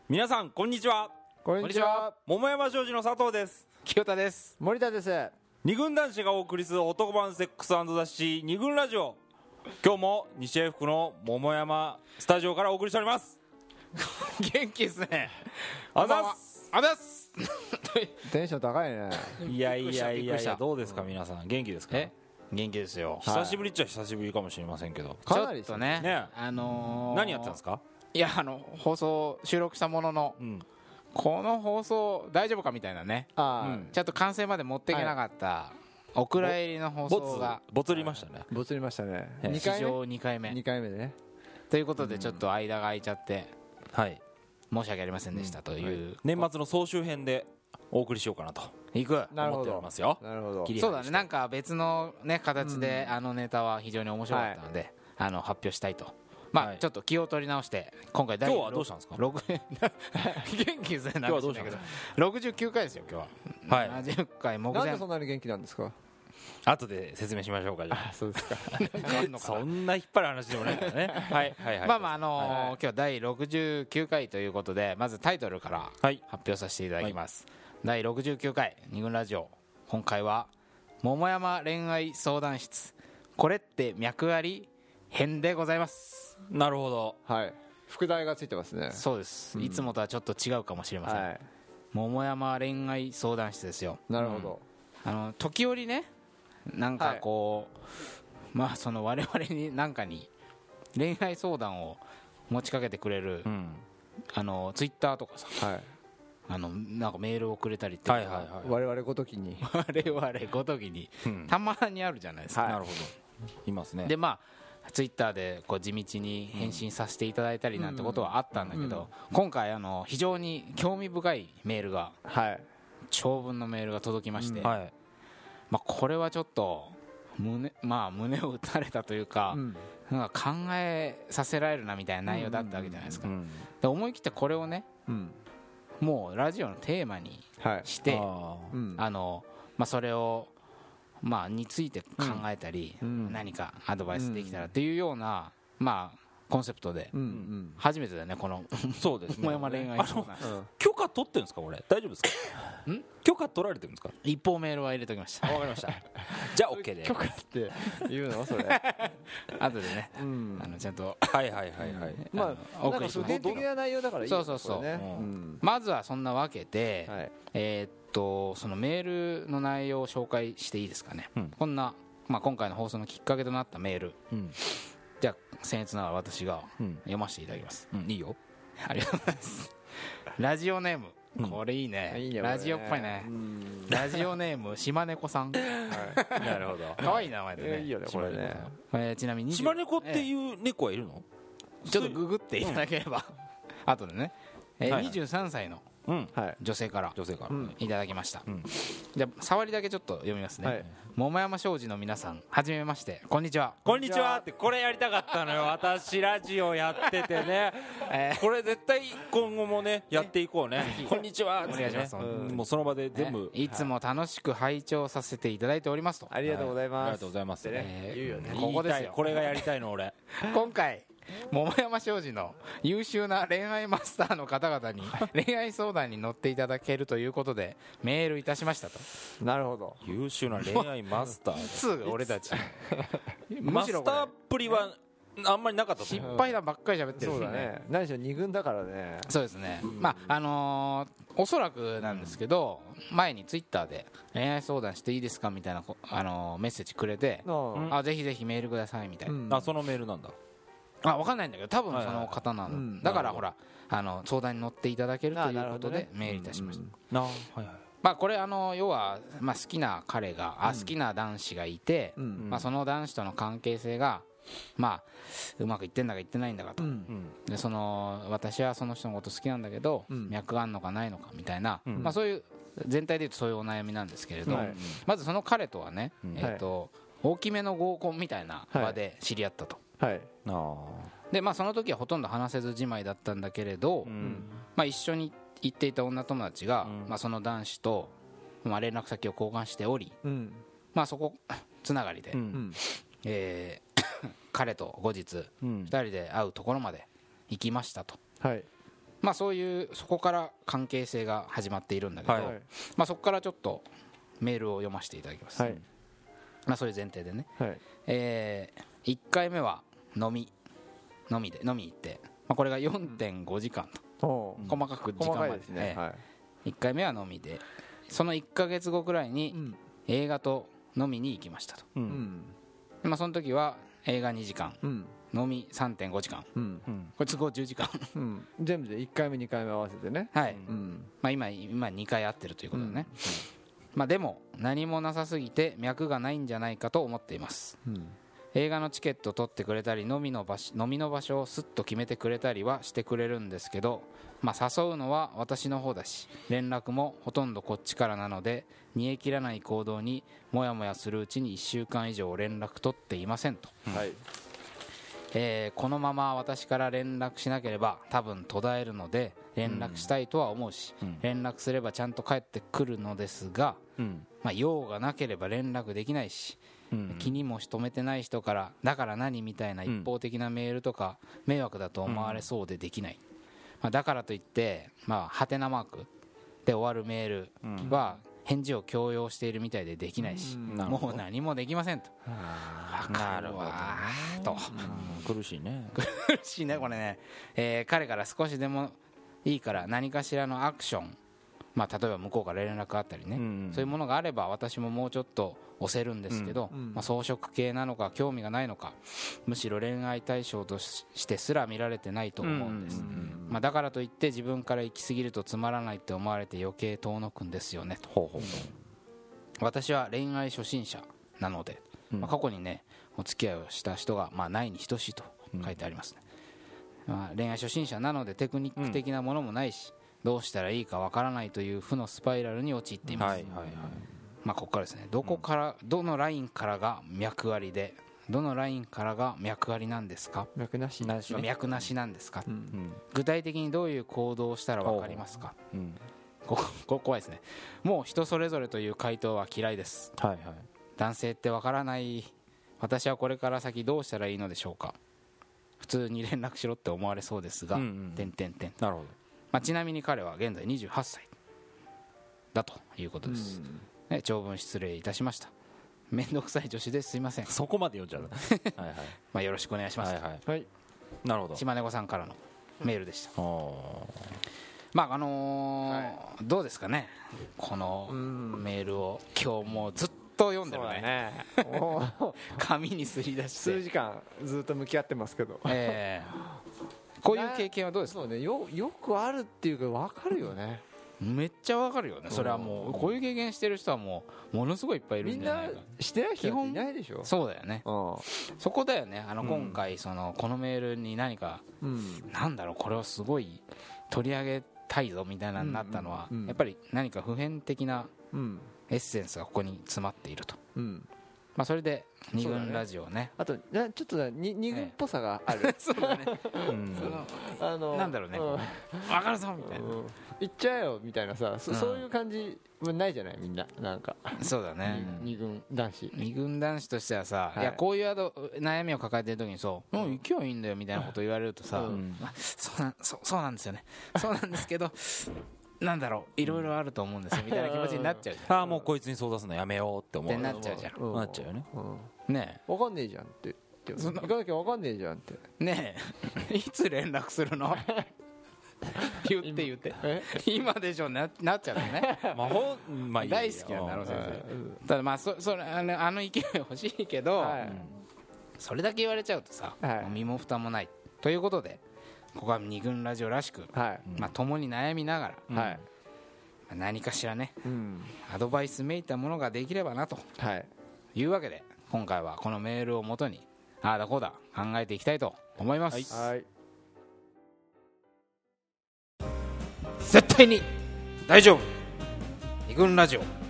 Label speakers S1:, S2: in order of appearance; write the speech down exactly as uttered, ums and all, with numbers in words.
S1: 皆さんこんにちは。
S2: こんにちは。
S1: 桃山商事の佐藤です。
S3: 清田です。
S2: 森田です。
S1: 二軍男子がお送りする男版セックス&雑誌二軍ラジオ、今日も西英福の桃山スタジオからお送りしております。
S3: 元気ですね。
S1: あざっす
S3: あざっす
S2: テンション高いね。
S1: いやいやいやいや、
S3: びっくりした
S1: どうですか皆さん、元気ですか？
S3: え元気ですよ。
S1: 久しぶりっちゃ久しぶりかもしれませんけど、
S2: かなり
S3: ちょっとね
S1: ね
S3: あのー、
S1: 何やってたんですか？
S3: いやあの放送収録したものの、
S1: うん、
S3: この放送大丈夫かみたいなね、
S2: ああ、
S1: うん
S3: ちゃんと完成まで持っていけなかった、お蔵入りの放
S1: ボツ
S3: 送が
S1: ボツりましたね。
S2: ボツりましたね。
S1: え
S2: にかいめ
S3: 史上にかいめ
S2: にかいめでね。
S3: ということで、ちょっと間が空いちゃって
S1: はい、
S3: 申し訳ありませんでしたという、
S1: 年末の総集編でお送りしようかなと
S3: いく
S1: 思っており
S2: なるほど
S1: ますよ。
S2: なるほど
S1: 切り
S3: そうだね、なんか別の、ね、形で、
S2: うん
S3: あのネタは非常に面白かったので、あの発表したいと、まあ
S1: はい
S3: ちょっと気を取り直して今回第
S1: 今日はどうしたんですか？
S3: ろく元気ですね。
S1: 今日はどうしたんですか？
S3: ろくじゅうきゅうかいですよ今日は。
S1: はい
S3: ななじゅっかい目
S2: なん
S3: 前。
S2: でそんなに元気なんですか？
S1: 後で説明しましょうか。じゃあ
S2: そうですか。
S3: あんのかな
S1: そんな引っ張る話でもないからね。はいはいはい。
S3: まあまああのー
S2: はい
S3: 今日はだいろくじゅうきゅうかいということで、まずタイトルから
S1: はい
S3: 発表させていただきます。だいろくじゅうきゅうかい二軍ラジオ、今回は桃山恋愛相談室、これって脈あり編でございます。
S1: なるほど。
S2: はい。副題がついてますね。
S3: そうです、
S2: うん
S3: いつもとはちょっと違うかもしれません、
S2: はい。
S3: 桃山恋愛相談室ですよ。
S2: なるほど。
S3: あの時折ね、なんかこう、まあその我々に何かに恋愛相談を持ちかけてくれる、
S1: うん。
S3: あのツイッターとかさ、
S2: はい。
S3: あのなんかメールをくれたりっていうのが
S1: はいはいはい。
S2: 我々ごときに。
S3: 我々ごときに
S1: うん
S3: たまにあるじゃないですか、
S2: はい
S1: なるほど。いますね。
S3: でまあツイッターでこう地道に返信させていただいたりなんてことはあったんだけど、今回あの非常に興味深いメールが、
S2: はい。
S3: 長文のメールが届きまして、
S1: はい。
S3: まあ、これはちょっと胸、まあ、胸を打たれたというか、
S2: うん。
S3: なんか考えさせられるなみたいな内容だったわけじゃないですか、
S1: うん。
S3: で思い切ってこれをね、
S2: うん。
S3: もうラジオのテーマに
S2: はい。
S3: して、
S1: あ
S2: うん。
S3: あのまあ、それを、まあ、について考えたり、
S2: うん
S3: 何かアドバイスできたらっていうような、まあ、コンセプトで
S2: うん。うん。
S3: 初めてだよね、この
S1: ーそうですね。
S3: 桃山恋愛相談室。
S1: 許可取ってるんですかこれ？大丈夫ですか？
S3: ん
S1: 許可取られてるんですか？
S3: 一方メールは入れておきました
S1: わかりました。じゃあ OK で。
S2: 許可って言うのそれ。
S3: 後でね、
S2: うん
S3: あ。のちゃんと
S1: はいはいはいはい。
S2: まあ、
S3: お
S2: なんか普
S3: 送りします
S2: 遍的な内容だからいいよね。
S3: そうそうそう
S2: これね
S1: う
S2: うん。
S3: まずはそんなわけで、
S2: はい。
S3: えーっとそのメールの内容を紹介していいですかね、
S1: うん
S3: こんな、まあ、今回の放送のきっかけとなったメール、
S1: うん
S3: じゃあ僭越ながら私が
S1: うん
S3: 読ませていただきます、
S1: うんいいよ。
S3: ありがとうございますラジオネーム、
S1: うん
S3: これいいね、
S2: いいね。
S3: ラジオっぽいね、
S2: うん。
S3: ラジオネーム島猫さん、
S1: なるほど。
S3: かわいい名前でね、
S2: えいいよねこれね。
S3: えーちなみに
S1: 島猫って
S3: う、
S1: いう猫はいるの？
S3: えーちょっとググっていただければ、後でね、えー
S1: はいはい
S3: にじゅうさんさいの
S1: うん。
S2: はい。
S3: 女性から
S1: 女性から。
S2: うん
S3: いただきました、
S1: うん
S3: じゃあ触りだけちょっと読みますね、
S2: はい。
S3: 桃山商事の皆さん、はじめまして、こんにちは。
S1: こんにちはってこれやりたかったのよ。私ラジオやっててね。
S3: えー
S1: これ絶対今後もねやっていこうね。こんにちはっつってね。
S3: お願いします
S1: うんもうその場で全部。
S3: ねいつも楽しく拝聴させていただいておりますと、
S2: ありがとうござい
S1: あり
S2: ます。
S1: がとうございます。
S2: ってね
S3: えー
S2: 言うよね。
S3: ここですよ
S1: 言いたいこれがやりたいの俺。
S3: 今回、桃山商事の優秀な恋愛マスターの方々に恋愛相談に乗っていただけるということでメールいたしましたと。
S2: なるほど。
S1: 優秀な恋愛マスタ
S3: い
S1: ー。
S3: つ俺たちむ
S1: マ
S3: しろこれ
S1: スターっぷりはあんまりなかったと
S3: 失
S1: 思う。
S3: 敗談ばっかり喋ってる
S2: そうだね。何しろ二軍だからね。
S3: そうですね、まああのーおそらくなんですけど、前にツイッターで恋愛相談していいですかみたいなこ、あのーメッセージくれて、
S2: うん
S3: あぜひぜひメールくださいみたいな、
S2: うん
S1: あそのメールなんだ。
S3: あ分かんないんだけど多分その方なの、
S2: はいはいはいうん
S3: だからほらあの相談に乗っていただけると
S2: あ
S3: いうことで
S2: なるほどね
S3: メールいたしました、
S1: あはいはい。
S3: まあこれあの要は、まあ、好きな彼が、あ好きな男子がいて、
S2: うん
S3: まあ、その男子との関係性がまあうまくいってんだかいってないんだかと、
S2: うん
S1: うん
S3: でその私はその人のこと好きなんだけど、
S2: うん
S3: 脈あんのかないのかみたいな、
S1: うん
S3: まあ、そういう全体でいうとそういうお悩みなんですけれど、
S2: はい
S3: まずその彼とはね、
S1: うん
S3: えーと大きめの合コンみたいな場で知り合ったと、
S2: はい。
S1: あ
S3: でまあその時はほとんど話せずじまいだったんだけれど、
S1: ーうん
S3: まあ、一緒に行っていた女友達が、
S1: うん
S3: まあ、その男子と、まあ、連絡先を交換しており、
S2: うん。
S3: まあ、そこつながりで、
S1: う
S2: うんん。
S3: えー彼と後日
S1: うん
S3: ふたりで会うところまで行きましたと、
S2: はい。
S3: ままあ、そういうそこから関係性が始まっているんだけど、
S1: はい
S3: まあ、そこからちょっとメールを読ませていただきます、
S2: はい
S3: まあ、そういう前提でね、
S2: はい
S3: えー、いっかいめは飲み飲みで飲み行って、まあ、これが よんてんごじかんと、
S2: おー
S3: 細かく時間
S2: 細かい
S3: まで
S2: ですね、
S3: え
S2: はい
S3: えいっかいめは飲みで、そのいっかげつごくらいに
S2: うん
S3: 映画と飲みに行きましたと、
S1: う
S2: うんん
S3: でまあ、その時は映画にじかん、
S2: うん
S3: 飲み さんてんごじかん、
S2: うん
S1: うん
S3: これ都合じゅうじかん
S2: うん全部でいっかいめにかいめ合わせてね
S3: はい、
S2: うん
S3: まあ、今今にかい会ってるということだね、まあ、でも何もなさすぎて脈がないんじゃないかと思っています。
S2: うん
S3: 映画のチケット取ってくれたり飲みの場所飲みの場所をスッと決めてくれたりはしてくれるんですけど、まあ、誘うのは私の方だし連絡もほとんどこっちからなので煮え切らない行動にもやもやするうちにいっしゅうかん以上連絡取っていませんと、
S2: はい
S3: えーこのまま私から連絡しなければ多分途絶えるので連絡したいとは思うし、
S1: うん
S3: 連絡すればちゃんと帰ってくるのですが、
S1: うん
S3: まあ、用がなければ連絡できないし、
S1: うん
S3: 気にも留めてない人からだから何みたいな一方的なメールとか迷惑だと思われそうでできない、まあ、だからといってまあハテナマークで終わるメールは返事を強要しているみたいでできないし、
S2: うん
S1: なるほど
S3: もう何もできませんと、
S1: なるほどね
S3: わーと
S1: うん苦しいね
S3: 苦しいねこれね、えー彼から少しでもいいから何かしらのアクション、まあ、例えば向こうから連絡あったりね、
S1: うん
S3: そういうものがあれば私ももうちょっと押せるんですけど、
S2: うん
S3: まあ、装飾系なのか興味がないのかむしろ恋愛対象としてすら見られてないと思うんです、
S1: うん
S3: まあ、だからといって自分から行き過ぎるとつまらないって思われて余計遠のくんですよねと。
S1: ほうほう
S3: 私は恋愛初心者なので、
S1: うん
S3: まあ、過去にねお付き合いをした人がまあないに等しいと書いてありますね、まあ、恋愛初心者なのでテクニック的なものもないし、どうしたらいいかわからないという負のスパイラルに陥っています、
S1: はいはいはい
S3: まあ、ここからですねどこからどのラインからが脈ありでどのラインからが脈ありなんですか、
S2: 脈なし
S1: なしね
S3: 脈なしなんですか、
S2: うん
S1: うん
S3: 具体的にどういう行動をしたら分かりますか。
S1: うん
S3: ここここ怖いですね。もう人それぞれという回答は嫌いです。
S1: はいはい
S3: 男性って分からない、私はこれから先どうしたらいいのでしょうか。普通に連絡しろって思われそうですが、
S1: うんうん
S3: 点点点
S1: なるほど
S3: まあ、ちなみに彼は現在にじゅうはっさいだということです、ね、長文失礼いたしました。めんどくさい女子ですいません、
S1: そこまで読んじゃうはいはい
S3: まあ、よろしくお願いします、
S1: はいはい
S2: はい
S1: なるほど
S3: 島根子さんからのメールでした。
S1: お
S3: まああのーどうですかねこの
S2: うん
S3: メールを今日もうずっと読んで
S2: そう
S3: るね
S2: だねおー
S3: 紙にすり出して
S2: 数時間ずっと向き合ってますけど
S3: えーこういう経験はどうですか。
S2: そうねよよくあるっていうか分かるよね
S3: めっちゃわかるよねそれはもうこういう経験してる人はもうものすごいいっぱいいる
S2: みんな
S3: んじゃないか。
S2: してない人なんていないでしょ
S3: そうだよね
S2: う
S3: そこだよねあの
S2: うん
S3: 今回そのこのメールに何か
S2: んうん
S3: なんだろうこれをすごい取り上げたいぞみたいなのになったのは
S2: うんうんうん
S3: やっぱり何か普遍的な
S2: うん
S3: エッセンスがここに詰まっていると、
S2: うん
S3: まあ、それで二
S2: そうだね
S3: 軍ラジオをね
S2: あとなちょっとなに二軍っぽさがある
S3: そうだね
S1: うん
S3: その
S2: あの
S3: なんだろうね
S2: うん
S3: 分かるぞみたいな
S2: うん行っちゃえよみたいなさそ
S3: うん
S2: そういう感じはないじゃないみんななんか
S3: そうだね
S2: 二軍男子
S3: 二軍男子としてはさ、
S2: はい
S3: い、やこういうあの悩みを抱えてる時にそう「うん行けばいいんだよ」みたいなこと言われるとさ、
S2: うん
S3: あそうなんそうそうなんですよねそうなんですけどなんだろういろいろあると思うんですよみたいな気持ちになっちゃうじゃん
S1: ああもうこいつに相談するのやめようって思う
S3: ってなっちゃうじゃん
S2: うん
S1: なっちゃうよね
S2: うん
S3: ね
S2: 分かんねえじゃんって言って
S3: そんな
S2: 行かなきゃ分かんねえじゃんって
S3: えねえいつ連絡するの言って言って
S2: え
S3: 今でしょななっちゃうのね
S1: まあほんまあいいよ
S3: 大好きなんだろう先
S2: うん
S3: 生ただまあそそれあのあの意見欲しいけど、
S2: はい
S3: それだけ言われちゃうとさ、
S2: はい
S3: もう身も蓋もないということでここは二軍ラジオらしく、
S2: はい
S3: まあ、共に悩みながら、
S2: はい
S3: まあ何かしらね
S2: うん
S3: アドバイスめいたものができればなと
S2: はい
S3: いうわけで今回はこのメールをもとにああだこうだ考えていきたいと思います、
S2: はい
S3: 絶対に大丈夫二軍ラジオ